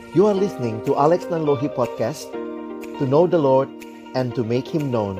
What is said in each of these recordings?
You are listening to Alex Nanlohi Podcast, to know the Lord and to make Him known.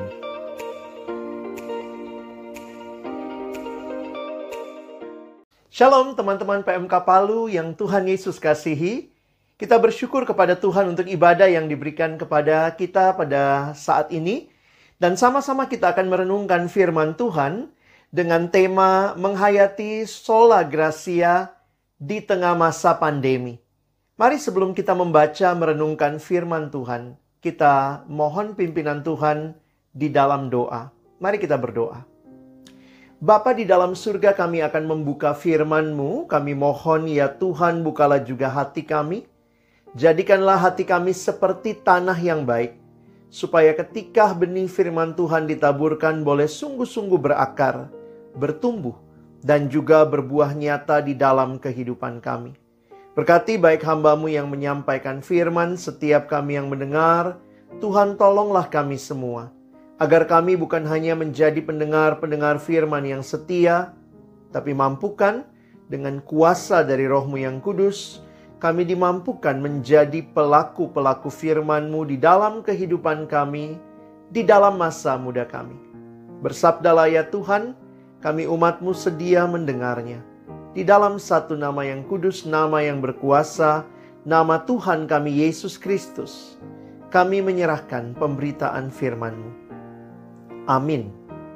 Shalom teman-teman PMK Palu yang Tuhan Yesus kasihi. Kita bersyukur kepada Tuhan untuk ibadah yang diberikan kepada kita pada saat ini. Dan sama-sama kita akan merenungkan firman Tuhan dengan tema menghayati sola gratia di tengah masa pandemi. Mari sebelum kita membaca merenungkan firman Tuhan, kita mohon pimpinan Tuhan di dalam doa. Mari kita berdoa. Bapa di dalam surga, kami akan membuka firman-Mu. Kami mohon ya Tuhan, bukalah juga hati kami. Jadikanlah hati kami seperti tanah yang baik, supaya ketika benih firman Tuhan ditaburkan boleh sungguh-sungguh berakar, bertumbuh, dan juga berbuah nyata di dalam kehidupan kami. Berkati baik hamba-Mu yang menyampaikan firman, setiap kami yang mendengar. Tuhan, tolonglah kami semua, agar kami bukan hanya menjadi pendengar-pendengar firman yang setia, tapi mampukan dengan kuasa dari Roh-Mu yang kudus, kami dimampukan menjadi pelaku-pelaku firman-Mu di dalam kehidupan kami, di dalam masa muda kami. Bersabdalah ya Tuhan, kami umat-Mu sedia mendengarnya. Di dalam satu nama yang kudus, nama yang berkuasa, nama Tuhan kami Yesus Kristus, kami menyerahkan pemberitaan firman-Mu. Amin.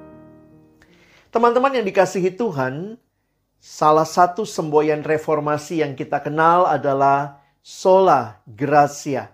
Teman-teman yang dikasihi Tuhan, salah satu semboyan reformasi yang kita kenal adalah sola gratia.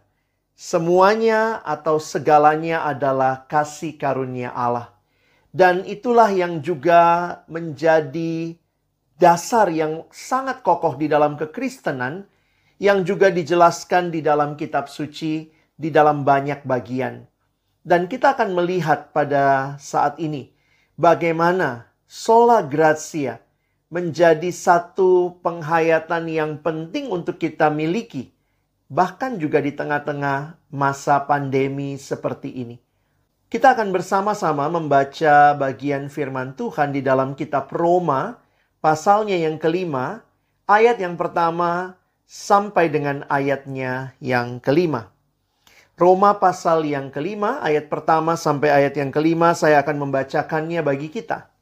Semuanya atau segalanya adalah kasih karunia Allah. Dan itulah yang juga menjadi dasar yang sangat kokoh di dalam kekristenan, yang juga dijelaskan di dalam kitab suci, di dalam banyak bagian. Dan kita akan melihat pada saat ini bagaimana sola gratia menjadi satu penghayatan yang penting untuk kita miliki, bahkan juga di tengah-tengah masa pandemi seperti ini. Kita akan bersama-sama membaca bagian firman Tuhan di dalam kitab Roma, pasalnya yang kelima, ayat yang pertama sampai dengan ayatnya yang kelima. Roma pasal yang kelima, ayat pertama sampai ayat yang kelima, saya akan membacakannya bagi kita.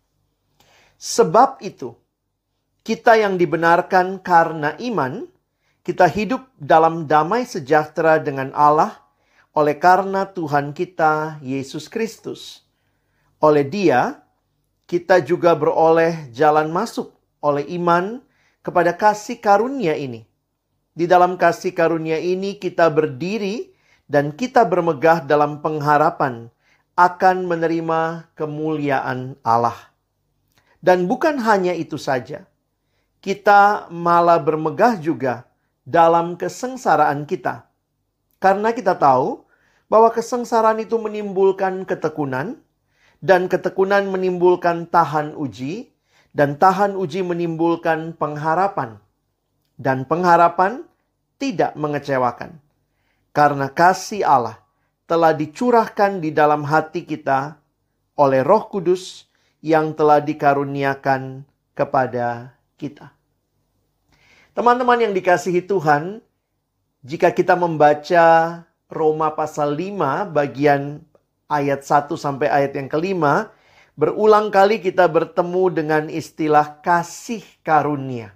Sebab itu, kita yang dibenarkan karena iman, kita hidup dalam damai sejahtera dengan Allah, oleh karena Tuhan kita, Yesus Kristus. Oleh Dia, kita juga beroleh jalan masuk oleh iman kepada kasih karunia ini. Di dalam kasih karunia ini kita berdiri dan kita bermegah dalam pengharapan akan menerima kemuliaan Allah. Dan bukan hanya itu saja, kita malah bermegah juga dalam kesengsaraan kita. Karena kita tahu bahwa kesengsaraan itu menimbulkan ketekunan, dan ketekunan menimbulkan tahan uji, dan tahan uji menimbulkan pengharapan. Dan pengharapan tidak mengecewakan, karena kasih Allah telah dicurahkan di dalam hati kita oleh Roh Kudus yang telah dikaruniakan kepada kita. Teman-teman yang dikasihi Tuhan, jika kita membaca Roma pasal 5 bagian ayat 1 sampai ayat yang kelima, berulang kali kita bertemu dengan istilah kasih karunia.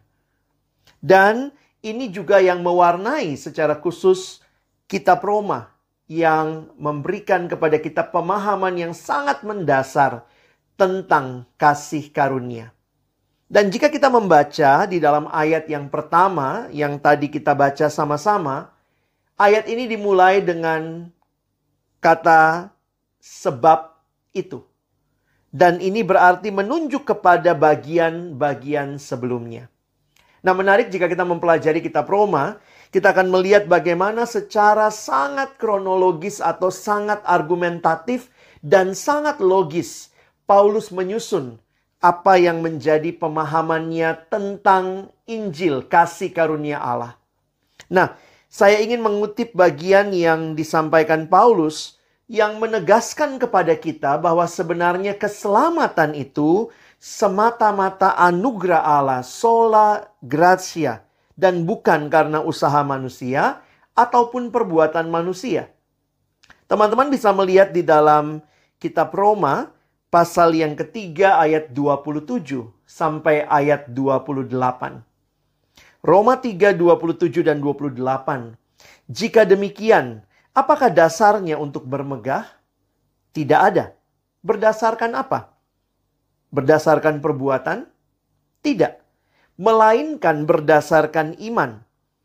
Dan ini juga yang mewarnai secara khusus kitab Roma, yang memberikan kepada kita pemahaman yang sangat mendasar tentang kasih karunia. Dan jika kita membaca di dalam ayat yang pertama, yang tadi kita baca sama-sama, ayat ini dimulai dengan kata sebab itu. Dan ini berarti menunjuk kepada bagian-bagian sebelumnya. Nah, menarik jika kita mempelajari kitab Roma, kita akan melihat bagaimana secara sangat kronologis atau sangat argumentatif dan sangat logis Paulus menyusun apa yang menjadi pemahamannya tentang Injil kasih karunia Allah. Nah, saya ingin mengutip bagian yang disampaikan Paulus yang menegaskan kepada kita bahwa sebenarnya keselamatan itu semata-mata anugerah Allah, sola gratia, dan bukan karena usaha manusia ataupun perbuatan manusia. Teman-teman bisa melihat di dalam kitab Roma pasal yang ketiga ayat 27 sampai ayat 28. Roma 3, 27 dan 28. Jika demikian, apakah dasarnya untuk bermegah? Tidak ada. Berdasarkan apa? Berdasarkan perbuatan? Tidak. Melainkan berdasarkan iman.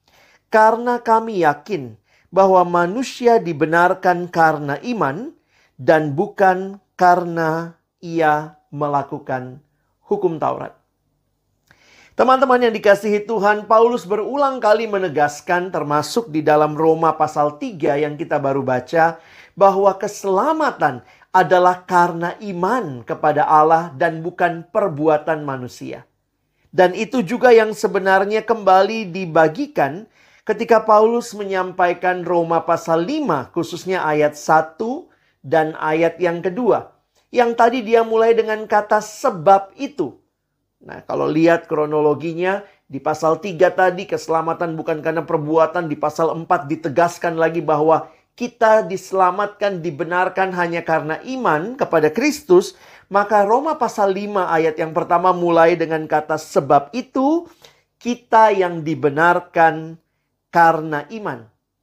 Karena kami yakin bahwa manusia dibenarkan karena iman dan bukan karena ia melakukan hukum Taurat. Teman-teman yang dikasihi Tuhan, Paulus berulang kali menegaskan termasuk di dalam Roma pasal 3 yang kita baru baca, bahwa keselamatan adalah karena iman kepada Allah dan bukan perbuatan manusia. Dan itu juga yang sebenarnya kembali dibagikan ketika Paulus menyampaikan Roma pasal 5, khususnya ayat 1 dan ayat yang kedua. Yang tadi dia mulai dengan kata sebab itu. Nah, kalau lihat kronologinya, di pasal 3 tadi keselamatan bukan karena perbuatan. Di pasal 4 ditegaskan lagi bahwa kita diselamatkan, dibenarkan hanya karena iman kepada Kristus. Maka Roma pasal 5 ayat yang pertama mulai dengan kata sebab itu kita yang dibenarkan karena iman.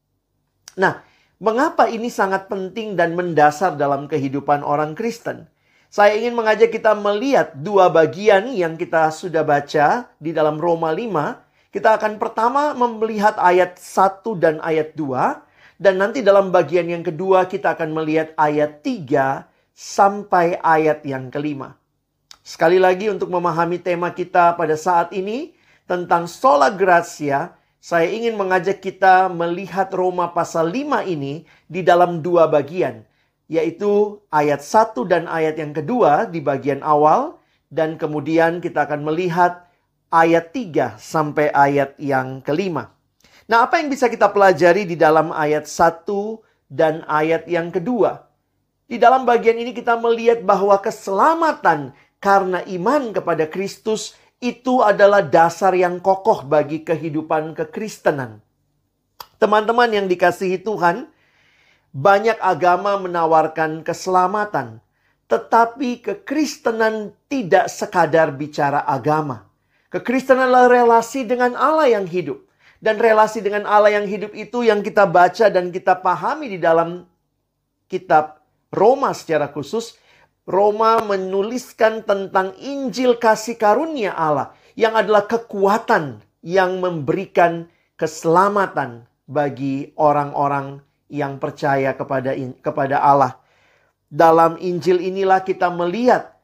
Nah, mengapa ini sangat penting dan mendasar dalam kehidupan orang Kristen? Saya ingin mengajak kita melihat dua bagian yang kita sudah baca di dalam Roma 5. Kita akan pertama melihat ayat 1 dan ayat 2. Dan nanti dalam bagian yang kedua kita akan melihat ayat 3 sampai ayat yang kelima. Sekali lagi untuk memahami tema kita pada saat ini tentang sola gratia, saya ingin mengajak kita melihat Roma pasal 5 ini di dalam dua bagian. Yaitu ayat 1 dan ayat yang kedua di bagian awal. Dan kemudian kita akan melihat ayat 3 sampai ayat yang kelima. Nah, apa yang bisa kita pelajari di dalam ayat 1 dan ayat yang kedua? Di dalam bagian ini kita melihat bahwa keselamatan karena iman kepada Kristus itu adalah dasar yang kokoh bagi kehidupan kekristenan. Teman-teman yang dikasihi Tuhan, banyak agama menawarkan keselamatan, tetapi kekristenan tidak sekadar bicara agama. Kekristenan adalah relasi dengan Allah yang hidup. Dan relasi dengan Allah yang hidup itu yang kita baca dan kita pahami di dalam kitab Roma secara khusus. Roma menuliskan tentang Injil kasih karunia Allah yang adalah kekuatan yang memberikan keselamatan bagi orang-orang yang percaya kepada Allah. Dalam Injil inilah kita melihat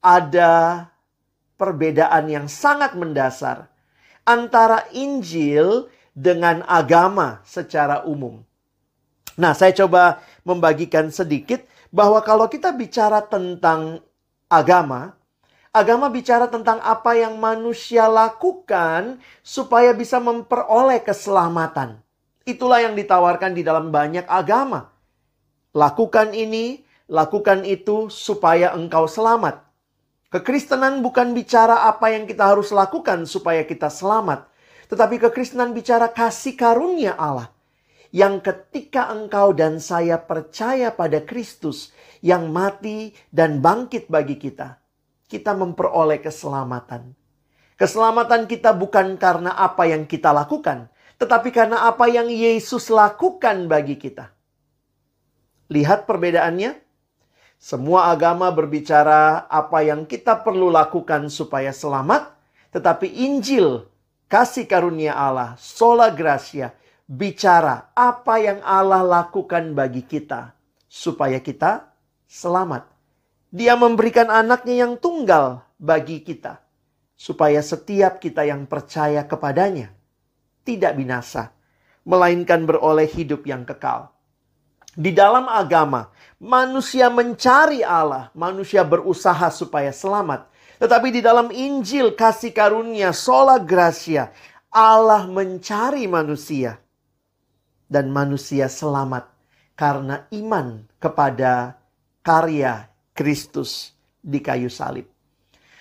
ada perbedaan yang sangat mendasar antara Injil dengan agama secara umum. Nah, saya coba membagikan sedikit bahwa kalau kita bicara tentang agama, agama bicara tentang apa yang manusia lakukan supaya bisa memperoleh keselamatan. Itulah yang ditawarkan di dalam banyak agama. Lakukan ini, lakukan itu supaya engkau selamat. Kekristenan bukan bicara apa yang kita harus lakukan supaya kita selamat. Tetapi kekristenan bicara kasih karunia Allah. Yang ketika engkau dan saya percaya pada Kristus yang mati dan bangkit bagi kita, kita memperoleh keselamatan. Keselamatan kita bukan karena apa yang kita lakukan, tetapi karena apa yang Yesus lakukan bagi kita. Lihat perbedaannya. Semua agama berbicara apa yang kita perlu lakukan supaya selamat. Tetapi Injil, kasih karunia Allah, sola gratia, bicara apa yang Allah lakukan bagi kita supaya kita selamat. Dia memberikan anaknya yang tunggal bagi kita. Supaya setiap kita yang percaya kepadanya tidak binasa, melainkan beroleh hidup yang kekal. Di dalam agama, manusia mencari Allah, manusia berusaha supaya selamat. Tetapi di dalam Injil kasih karunia sola gratia, Allah mencari manusia. Dan manusia selamat karena iman kepada karya Kristus di kayu salib.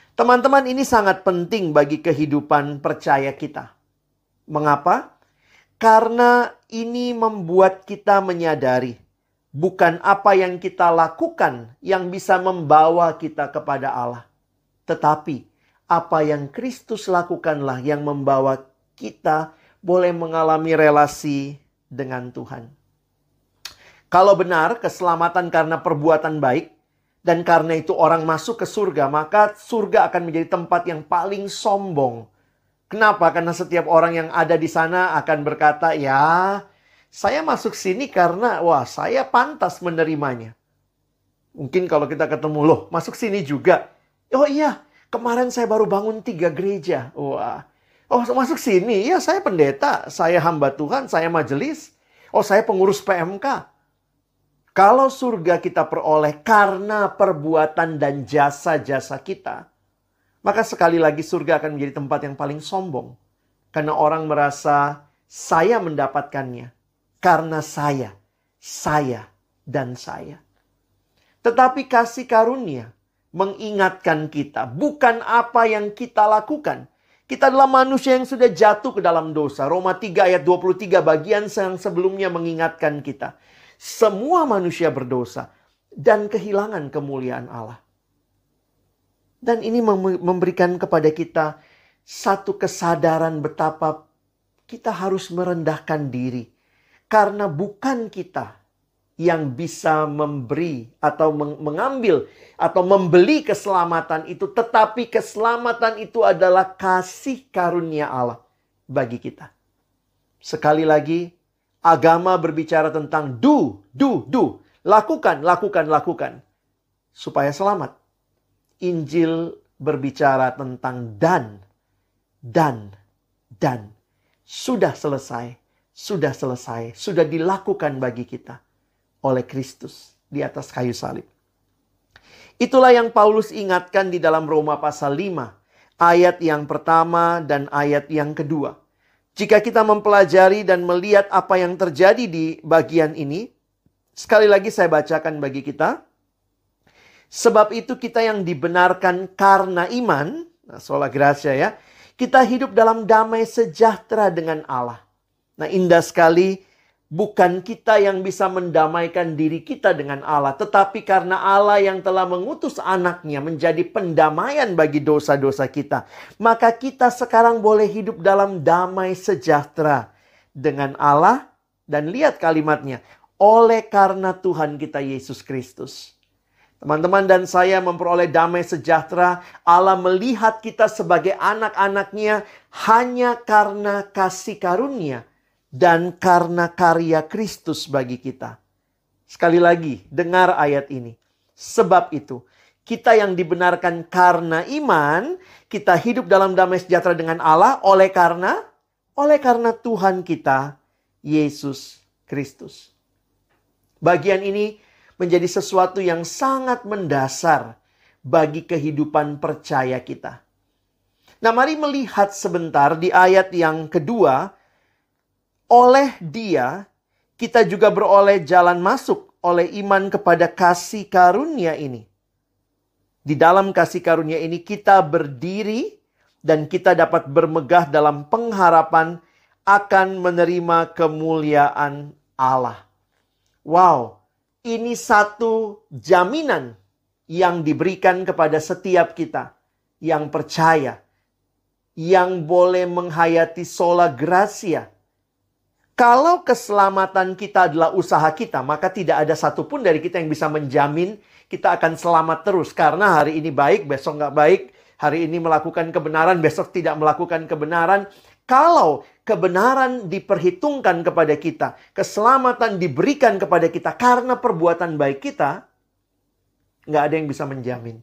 Teman-teman, ini sangat penting bagi kehidupan percaya kita. Mengapa? Karena ini membuat kita menyadari bukan apa yang kita lakukan yang bisa membawa kita kepada Allah, tetapi apa yang Kristus lakukanlah yang membawa kita boleh mengalami relasi dengan Tuhan. Kalau benar keselamatan karena perbuatan baik, dan karena itu orang masuk ke surga, maka surga akan menjadi tempat yang paling sombong. Kenapa? Karena setiap orang yang ada di sana akan berkata, ya, saya masuk sini karena, wah, saya pantas menerimanya. Mungkin kalau kita ketemu, loh, masuk sini juga. Oh iya, kemarin saya baru bangun 3 gereja. Wah, oh masuk sini, ya saya pendeta, saya hamba Tuhan, saya majelis. Oh saya pengurus PMK. Kalau surga kita peroleh karena perbuatan dan jasa-jasa kita, maka sekali lagi surga akan menjadi tempat yang paling sombong. Karena orang merasa saya mendapatkannya karena saya, dan saya. Tetapi kasih karunia mengingatkan kita bukan apa yang kita lakukan. Kita adalah manusia yang sudah jatuh ke dalam dosa. Roma 3 ayat 23 bagian yang sebelumnya mengingatkan kita. Semua manusia berdosa dan kehilangan kemuliaan Allah. Dan ini memberikan kepada kita satu kesadaran betapa kita harus merendahkan diri. Karena bukan kita yang bisa memberi atau mengambil atau membeli keselamatan itu. Tetapi keselamatan itu adalah kasih karunia Allah bagi kita. Sekali lagi, agama berbicara tentang do. Lakukan. Supaya selamat. Injil berbicara tentang dan. Sudah selesai. Sudah dilakukan bagi kita oleh Kristus di atas kayu salib. Itulah yang Paulus ingatkan di dalam Roma pasal 5. Ayat yang pertama dan ayat yang kedua. Jika kita mempelajari dan melihat apa yang terjadi di bagian ini, sekali lagi saya bacakan bagi kita. Sebab itu kita yang dibenarkan karena iman, nah sola gratia ya, kita hidup dalam damai sejahtera dengan Allah. Nah indah sekali, bukan kita yang bisa mendamaikan diri kita dengan Allah, tetapi karena Allah yang telah mengutus anaknya menjadi pendamaian bagi dosa-dosa kita. Maka kita sekarang boleh hidup dalam damai sejahtera dengan Allah. Dan lihat kalimatnya, oleh karena Tuhan kita Yesus Kristus. Teman-teman dan saya memperoleh damai sejahtera. Allah melihat kita sebagai anak-anaknya hanya karena kasih karunia dan karena karya Kristus bagi kita. Sekali lagi, dengar ayat ini. Sebab itu, kita yang dibenarkan karena iman, kita hidup dalam damai sejahtera dengan Allah oleh karena Tuhan kita, Yesus Kristus. Bagian ini menjadi sesuatu yang sangat mendasar bagi kehidupan percaya kita. Nah, mari melihat sebentar di ayat yang kedua. Oleh Dia, kita juga beroleh jalan masuk oleh iman kepada kasih karunia ini. Di dalam kasih karunia ini kita berdiri dan kita dapat bermegah dalam pengharapan akan menerima kemuliaan Allah. Wow, ini satu jaminan yang diberikan kepada setiap kita yang percaya, yang boleh menghayati sola gratia. Kalau keselamatan kita adalah usaha kita, maka tidak ada satupun dari kita yang bisa menjamin kita akan selamat terus. Karena hari ini baik, besok nggak baik. Hari ini melakukan kebenaran, besok tidak melakukan kebenaran. Kalau kebenaran diperhitungkan kepada kita, keselamatan diberikan kepada kita karena perbuatan baik kita, nggak ada yang bisa menjamin.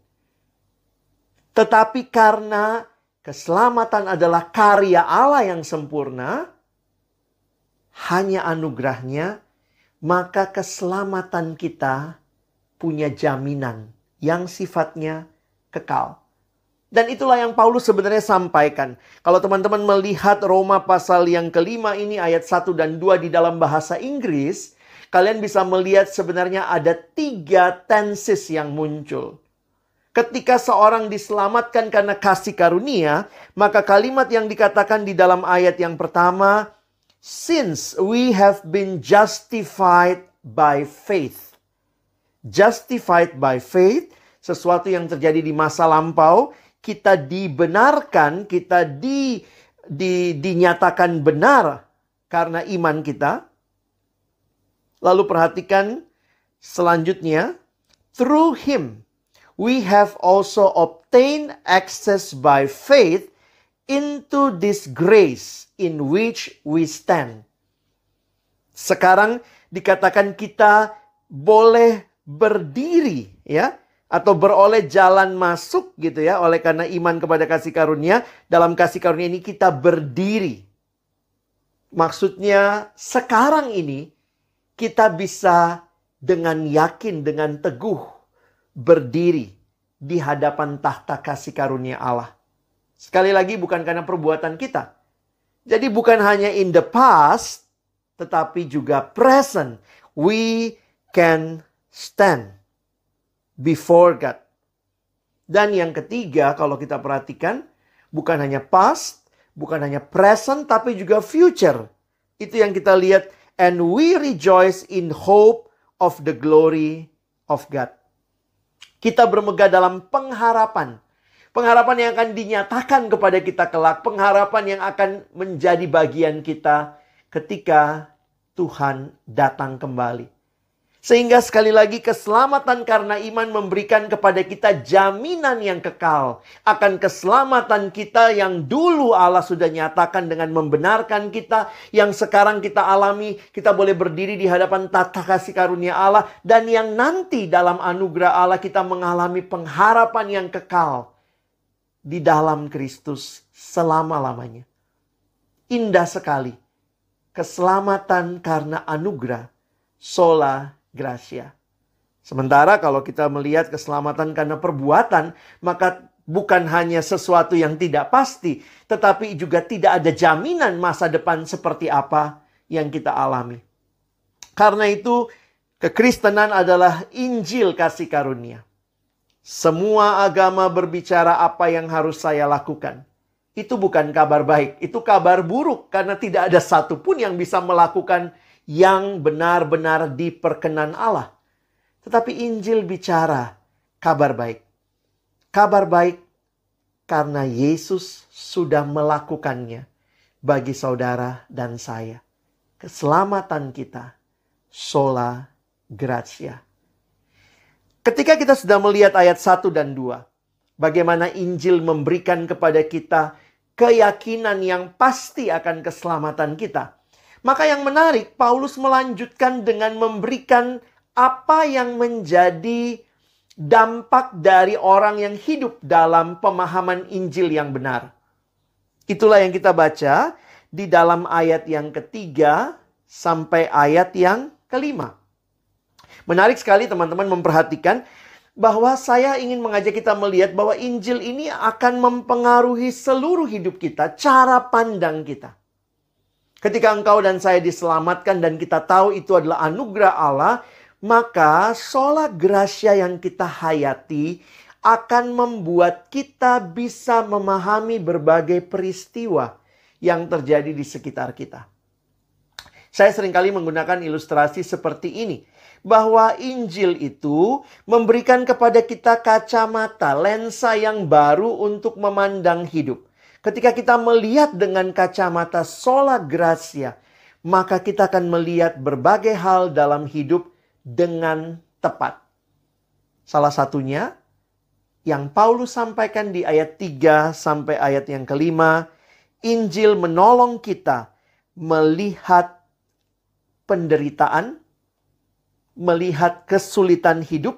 Tetapi karena keselamatan adalah karya Allah yang sempurna, hanya anugerahnya, maka keselamatan kita punya jaminan yang sifatnya kekal. Dan itulah yang Paulus sebenarnya sampaikan. Kalau teman-teman melihat Roma pasal yang kelima ini ayat 1 dan 2 di dalam bahasa Inggris, kalian bisa melihat sebenarnya ada 3 tenses yang muncul. Ketika seorang diselamatkan karena kasih karunia, maka kalimat yang dikatakan di dalam ayat yang pertama, Since we have been justified by faith. Justified by faith, sesuatu yang terjadi di masa lampau, kita dibenarkan, kita dinyatakan benar karena iman kita. Lalu perhatikan selanjutnya, through him we have also obtained access by faith into this grace in which we stand. Sekarang dikatakan kita boleh berdiri, ya, atau beroleh jalan masuk gitu ya, oleh karena iman kepada kasih karunia. Dalam kasih karunia ini kita berdiri. Maksudnya sekarang ini kita bisa dengan yakin, dengan teguh berdiri di hadapan tahta kasih karunia Allah. Sekali lagi bukan karena perbuatan kita. Jadi bukan hanya in the past, tetapi juga present. We can stand before God. Dan yang ketiga, kalau kita perhatikan, bukan hanya past, bukan hanya present, tapi juga future. Itu yang kita lihat. And we rejoice in hope of the glory of God. Kita bermegah dalam pengharapan. Pengharapan yang akan dinyatakan kepada kita kelak. Pengharapan yang akan menjadi bagian kita ketika Tuhan datang kembali. Sehingga sekali lagi keselamatan karena iman memberikan kepada kita jaminan yang kekal. Akan keselamatan kita yang dulu Allah sudah nyatakan dengan membenarkan kita. Yang sekarang kita alami, kita boleh berdiri di hadapan tata kasih karunia Allah. Dan yang nanti dalam anugerah Allah kita mengalami pengharapan yang kekal. Di dalam Kristus selama-lamanya. Indah sekali. Keselamatan karena anugerah. Sola Gracia. Sementara kalau kita melihat keselamatan karena perbuatan, maka bukan hanya sesuatu yang tidak pasti, tetapi juga tidak ada jaminan masa depan seperti apa yang kita alami. Karena itu, kekristenan adalah Injil kasih karunia. Semua agama berbicara apa yang harus saya lakukan. Itu bukan kabar baik, itu kabar buruk karena tidak ada satupun yang bisa melakukan yang benar-benar diperkenan Allah. Tetapi Injil bicara kabar baik. Kabar baik karena Yesus sudah melakukannya bagi saudara dan saya. Keselamatan kita sola gratia. Ketika kita sudah melihat ayat 1 dan 2, bagaimana Injil memberikan kepada kita keyakinan yang pasti akan keselamatan kita. Maka yang menarik, Paulus melanjutkan dengan memberikan apa yang menjadi dampak dari orang yang hidup dalam pemahaman Injil yang benar. Itulah yang kita baca di dalam ayat yang ketiga sampai ayat yang kelima. Menarik sekali teman-teman memperhatikan bahwa saya ingin mengajak kita melihat bahwa Injil ini akan mempengaruhi seluruh hidup kita, cara pandang kita. Ketika engkau dan saya diselamatkan dan kita tahu itu adalah anugerah Allah, maka sola gratia yang kita hayati akan membuat kita bisa memahami berbagai peristiwa yang terjadi di sekitar kita. Saya seringkali menggunakan ilustrasi seperti ini. Bahwa Injil itu memberikan kepada kita kacamata, lensa yang baru untuk memandang hidup. Ketika kita melihat dengan kacamata sola gratia, maka kita akan melihat berbagai hal dalam hidup dengan tepat. Salah satunya yang Paulus sampaikan di ayat 3 sampai ayat yang kelima, Injil menolong kita melihat penderitaan, melihat kesulitan hidup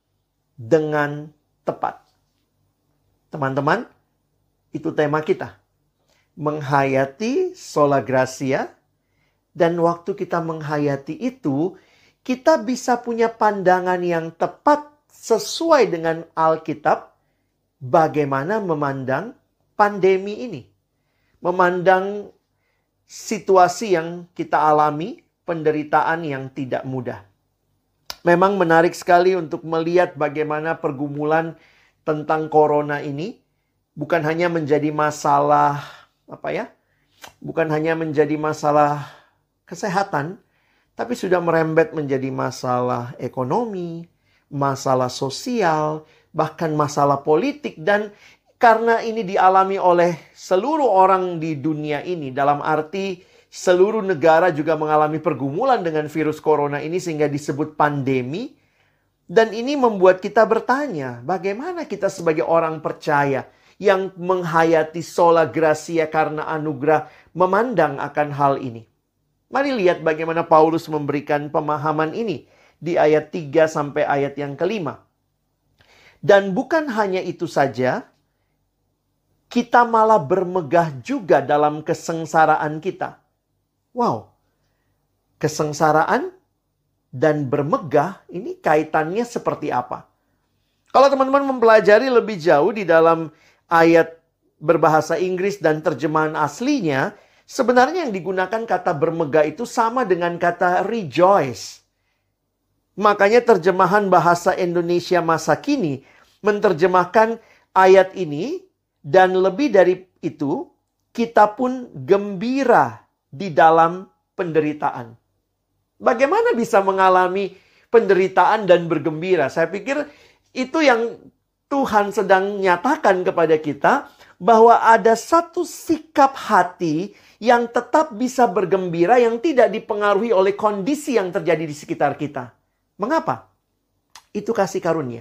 dengan tepat. Teman-teman, itu tema kita. Menghayati sola gratia. Dan waktu kita menghayati itu, kita bisa punya pandangan yang tepat sesuai dengan Alkitab. Bagaimana memandang pandemi ini. Memandang situasi yang kita alami, penderitaan yang tidak mudah. Memang menarik sekali untuk melihat bagaimana pergumulan tentang corona ini bukan hanya menjadi masalah bukan hanya menjadi masalah kesehatan, tapi sudah merembet menjadi masalah ekonomi, masalah sosial, bahkan masalah politik. Dan karena ini dialami oleh seluruh orang di dunia ini, dalam arti seluruh negara juga mengalami pergumulan dengan virus corona ini sehingga disebut pandemi. Dan ini membuat kita bertanya, bagaimana kita sebagai orang percaya yang menghayati sola gratia karena anugerah memandang akan hal ini. Mari lihat bagaimana Paulus memberikan pemahaman ini di ayat 3 sampai ayat yang kelima. Dan bukan hanya itu saja, kita malah bermegah juga dalam kesengsaraan kita. Wow, kesengsaraan dan bermegah ini kaitannya seperti apa? Kalau teman-teman mempelajari lebih jauh di dalam ayat berbahasa Inggris dan terjemahan aslinya, sebenarnya yang digunakan kata bermegah itu sama dengan kata rejoice. Makanya terjemahan bahasa Indonesia masa kini menerjemahkan ayat ini, dan lebih dari itu, kita pun gembira di dalam penderitaan. Bagaimana bisa mengalami penderitaan dan bergembira? Saya pikir itu yang Tuhan sedang nyatakan kepada kita, bahwa ada satu sikap hati yang tetap bisa bergembira, yang tidak dipengaruhi oleh kondisi yang terjadi di sekitar kita. Mengapa? Itu kasih karunia.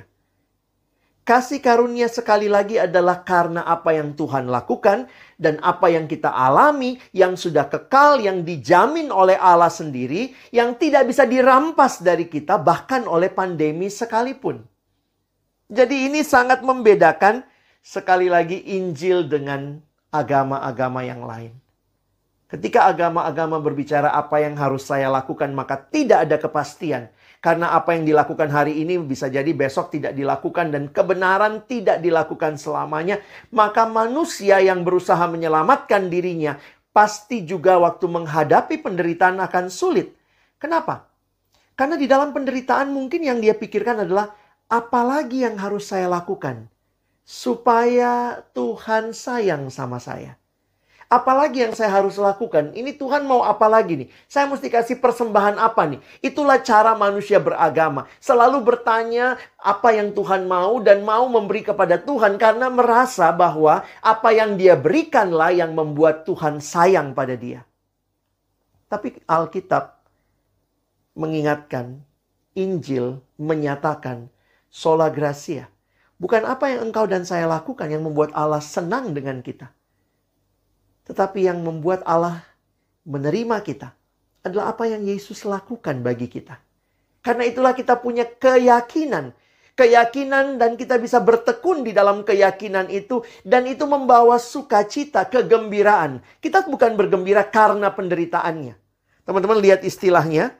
Kasih karunia sekali lagi adalah karena apa yang Tuhan lakukan dan apa yang kita alami, yang sudah kekal, yang dijamin oleh Allah sendiri, yang tidak bisa dirampas dari kita bahkan oleh pandemi sekalipun. Jadi ini sangat membedakan sekali lagi Injil dengan agama-agama yang lain. Ketika agama-agama berbicara apa yang harus saya lakukan, maka tidak ada kepastian. Karena apa yang dilakukan hari ini bisa jadi besok tidak dilakukan, dan kebenaran tidak dilakukan selamanya. Maka manusia yang berusaha menyelamatkan dirinya pasti juga waktu menghadapi penderitaan akan sulit. Kenapa? Karena di dalam penderitaan mungkin yang dia pikirkan adalah, apalagi yang harus saya lakukan supaya Tuhan sayang sama saya? Apalagi yang saya harus lakukan? Ini Tuhan mau apa lagi nih? Saya mesti kasih persembahan apa nih? Itulah cara manusia beragama. Selalu bertanya apa yang Tuhan mau dan mau memberi kepada Tuhan, karena merasa bahwa apa yang dia berikanlah yang membuat Tuhan sayang pada dia. Tapi Alkitab mengingatkan, Injil menyatakan sola gratia. Bukan apa yang engkau dan saya lakukan yang membuat Allah senang dengan kita. Tetapi yang membuat Allah menerima kita adalah apa yang Yesus lakukan bagi kita. Karena itulah kita punya keyakinan. Keyakinan, dan kita bisa bertekun di dalam keyakinan itu. Dan itu membawa sukacita, kegembiraan. Kita bukan bergembira karena penderitaannya. Teman-teman lihat istilahnya.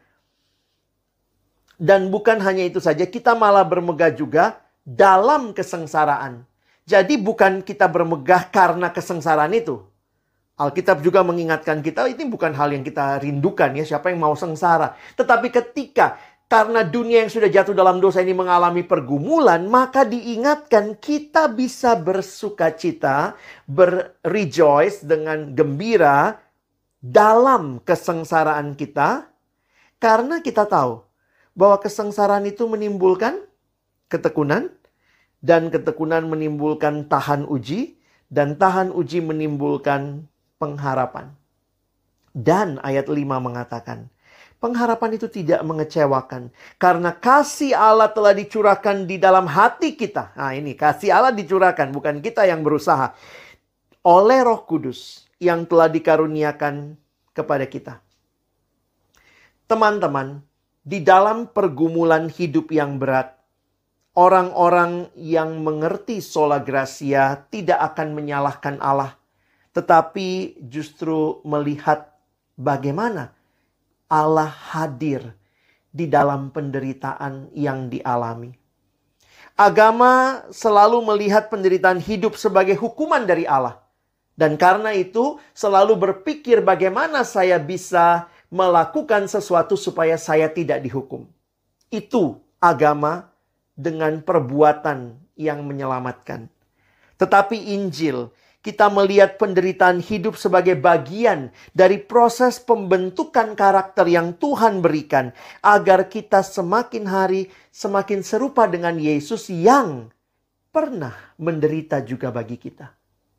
Dan bukan hanya itu saja, kita malah bermegah juga dalam kesengsaraan. Jadi bukan kita bermegah karena kesengsaraan itu. Alkitab juga mengingatkan kita, ini bukan hal yang kita rindukan ya, siapa yang mau sengsara. Tetapi ketika karena dunia yang sudah jatuh dalam dosa ini mengalami pergumulan, maka diingatkan kita bisa bersukacita, berrejoice dengan gembira dalam kesengsaraan kita. Karena kita tahu bahwa kesengsaraan itu menimbulkan ketekunan, dan ketekunan menimbulkan tahan uji, dan tahan uji menimbulkan pengharapan. Dan ayat 5 mengatakan, pengharapan itu tidak mengecewakan, karena kasih Allah telah dicurahkan di dalam hati kita. Nah ini, kasih Allah dicurahkan, bukan kita yang berusaha. Oleh Roh Kudus yang telah dikaruniakan kepada kita. Teman-teman, di dalam pergumulan hidup yang berat, orang-orang yang mengerti sola gratia tidak akan menyalahkan Allah, tetapi justru melihat bagaimana Allah hadir di dalam penderitaan yang dialami. Agama selalu melihat penderitaan hidup sebagai hukuman dari Allah. Dan karena itu selalu berpikir bagaimana saya bisa melakukan sesuatu supaya saya tidak dihukum. Itu agama dengan perbuatan yang menyelamatkan. Tetapi Injil kita melihat penderitaan hidup sebagai bagian dari proses pembentukan karakter yang Tuhan berikan, agar kita semakin hari semakin serupa dengan Yesus yang pernah menderita juga bagi kita.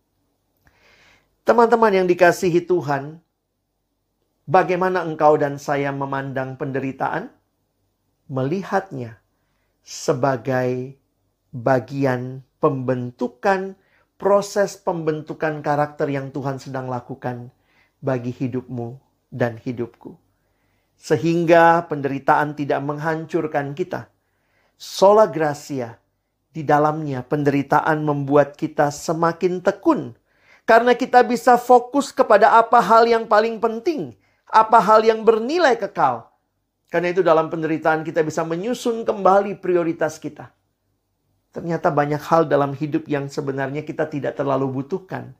Teman-teman yang dikasihi Tuhan, bagaimana engkau dan saya memandang penderitaan? Melihatnya sebagai bagian pembentukan, proses pembentukan karakter yang Tuhan sedang lakukan bagi hidupmu dan hidupku. Sehingga penderitaan tidak menghancurkan kita. Sola Gracia, di dalamnya penderitaan membuat kita semakin tekun. Karena kita bisa fokus kepada apa hal yang paling penting, apa hal yang bernilai kekal. Karena itu dalam penderitaan kita bisa menyusun kembali prioritas kita. Ternyata banyak hal dalam hidup yang sebenarnya kita tidak terlalu butuhkan.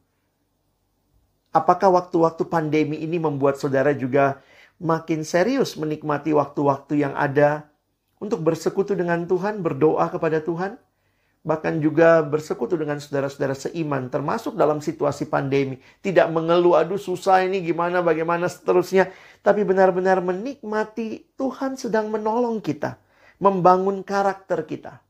Apakah waktu-waktu pandemi ini membuat saudara juga makin serius menikmati waktu-waktu yang ada untuk bersekutu dengan Tuhan, berdoa kepada Tuhan? Bahkan juga bersekutu dengan saudara-saudara seiman, termasuk dalam situasi pandemi. Tidak mengeluh, aduh susah ini gimana, bagaimana seterusnya. Tapi benar-benar menikmati Tuhan sedang menolong kita, membangun karakter kita.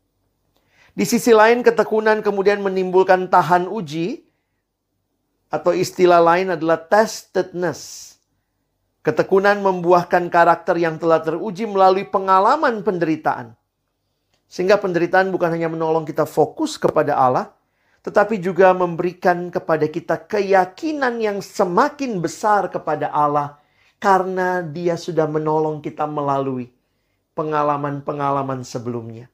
Di sisi lain, ketekunan kemudian menimbulkan tahan uji, atau istilah lain adalah testedness. Ketekunan membuahkan karakter yang telah teruji melalui pengalaman penderitaan. Sehingga penderitaan bukan hanya menolong kita fokus kepada Allah, tetapi juga memberikan kepada kita keyakinan yang semakin besar kepada Allah, karena Dia sudah menolong kita melalui pengalaman-pengalaman sebelumnya.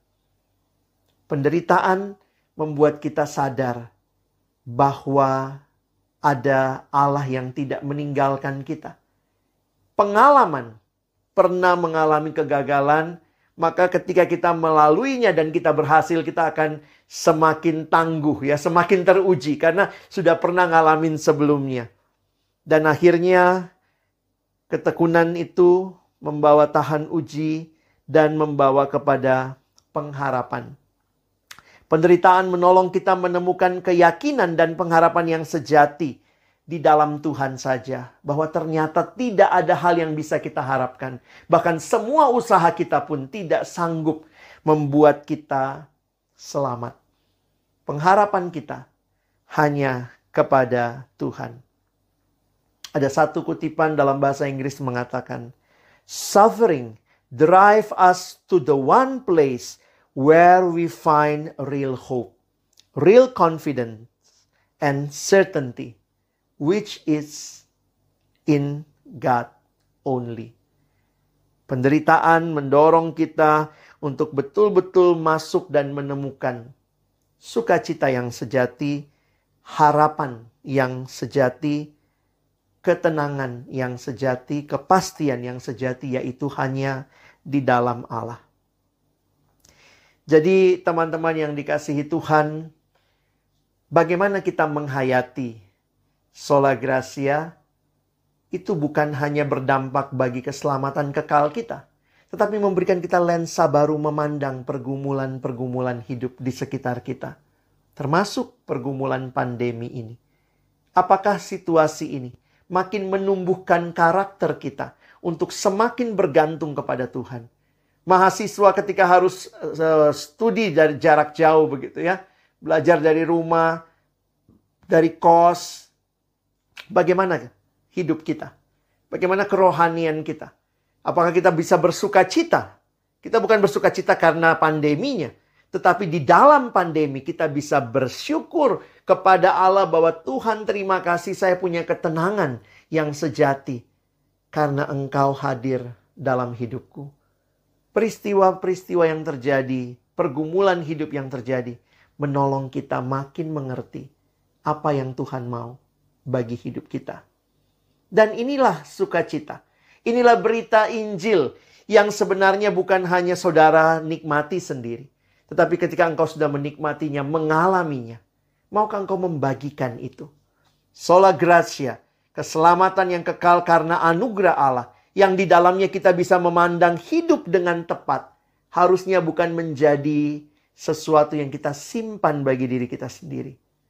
Penderitaan membuat kita sadar bahwa ada Allah yang tidak meninggalkan kita. Pengalaman, pernah mengalami kegagalan, maka ketika kita melaluinya dan kita berhasil, kita akan semakin tangguh, ya, semakin teruji karena sudah pernah ngalamin sebelumnya. Dan akhirnya ketekunan itu membawa tahan uji dan membawa kepada pengharapan. Penderitaan menolong kita menemukan keyakinan dan pengharapan yang sejati di dalam Tuhan saja. Bahwa ternyata tidak ada hal yang bisa kita harapkan. Bahkan semua usaha kita pun tidak sanggup membuat kita selamat. Pengharapan kita hanya kepada Tuhan. Ada satu kutipan dalam bahasa Inggris mengatakan, suffering drive us to the one place where we find real hope, real confidence, and certainty, which is in God only. Penderitaan mendorong kita untuk betul-betul masuk dan menemukan sukacita yang sejati, harapan yang sejati, ketenangan yang sejati, kepastian yang sejati, yaitu hanya di dalam Allah. Jadi teman-teman yang dikasihi Tuhan, bagaimana kita menghayati Sola Gracia itu bukan hanya berdampak bagi keselamatan kekal kita, tetapi memberikan kita lensa baru memandang pergumulan-pergumulan hidup di sekitar kita, termasuk pergumulan pandemi ini. Apakah situasi ini makin menumbuhkan karakter kita untuk semakin bergantung kepada Tuhan? Mahasiswa ketika harus studi dari jarak jauh begitu ya, belajar dari rumah, dari kos, bagaimana hidup kita? Bagaimana kerohanian kita? Apakah kita bisa bersuka cita? Kita bukan bersuka cita karena pandeminya, tetapi di dalam pandemi kita bisa bersyukur kepada Allah bahwa Tuhan, terima kasih saya punya ketenangan yang sejati karena Engkau hadir dalam hidupku. Peristiwa-peristiwa yang terjadi, pergumulan hidup yang terjadi, menolong kita makin mengerti apa yang Tuhan mau bagi hidup kita. Dan inilah sukacita. Inilah berita Injil yang sebenarnya bukan hanya saudara nikmati sendiri. Tetapi ketika engkau sudah menikmatinya, mengalaminya, maukah engkau membagikan itu? Sola Gracia, keselamatan yang kekal karena anugerah Allah, yang di dalamnya kita bisa memandang hidup dengan tepat, harusnya bukan menjadi sesuatu yang kita simpan bagi diri kita sendiri.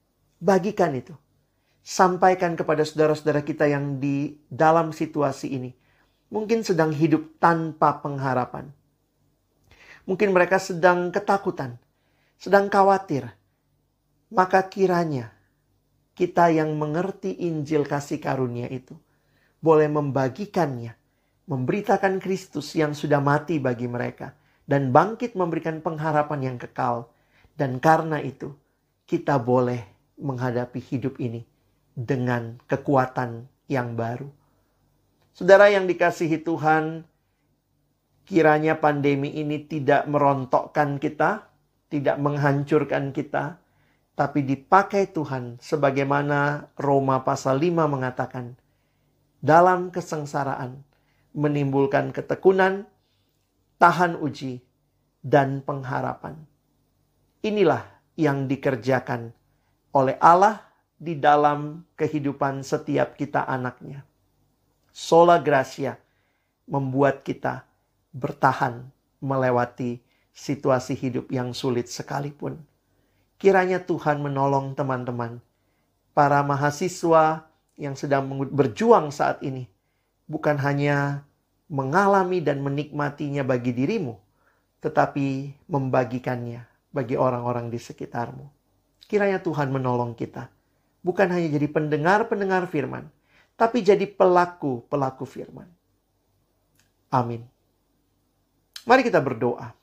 Bagikan itu. Sampaikan kepada saudara-saudara kita yang di dalam situasi ini. Mungkin sedang hidup tanpa pengharapan. Mungkin mereka sedang ketakutan, sedang khawatir. Maka kiranya kita yang mengerti Injil kasih karunia itu boleh membagikannya, memberitakan Kristus yang sudah mati bagi mereka, dan bangkit memberikan pengharapan yang kekal. Dan karena itu, kita boleh menghadapi hidup ini dengan kekuatan yang baru. Saudara yang dikasihi Tuhan, kiranya pandemi ini tidak merontokkan kita, tidak menghancurkan kita, tapi dipakai Tuhan sebagaimana Roma pasal 5 mengatakan, dalam kesengsaraan menimbulkan ketekunan, tahan uji, dan pengharapan. Inilah yang dikerjakan oleh Allah di dalam kehidupan setiap kita anaknya. Sola Gracia membuat kita bertahan melewati situasi hidup yang sulit sekalipun. Kiranya Tuhan menolong teman-teman, para mahasiswa yang sedang berjuang saat ini, bukan hanya mengalami dan menikmatinya bagi dirimu, tetapi membagikannya bagi orang-orang di sekitarmu. Kiranya Tuhan menolong kita, bukan hanya jadi pendengar-pendengar firman, tapi jadi pelaku-pelaku firman. Amin. Mari kita berdoa.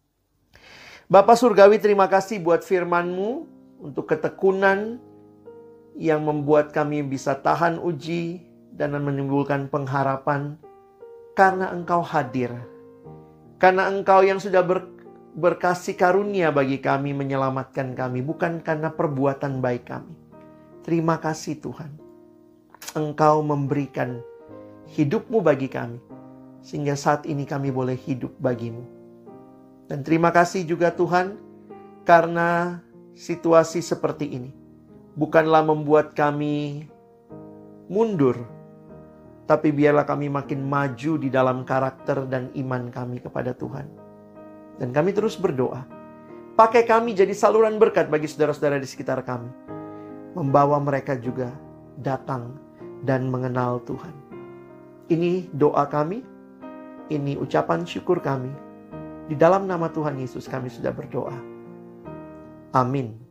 Bapa Surgawi, terima kasih buat firman-Mu, untuk ketekunan yang membuat kami bisa tahan uji dan menimbulkan pengharapan karena Engkau hadir. Karena Engkau yang sudah berkasih karunia bagi kami, menyelamatkan kami, bukan karena perbuatan baik kami. Terima kasih Tuhan. Engkau memberikan hidup-Mu bagi kami, sehingga saat ini kami boleh hidup bagi-Mu. Dan terima kasih juga Tuhan, karena situasi seperti ini bukanlah membuat kami mundur, tapi biarlah kami makin maju di dalam karakter dan iman kami kepada Tuhan. Dan kami terus berdoa, pakai kami jadi saluran berkat bagi saudara-saudara di sekitar kami, membawa mereka juga datang dan mengenal Tuhan. Ini doa kami, ini ucapan syukur kami. Di dalam nama Tuhan Yesus kami sudah berdoa. Amin.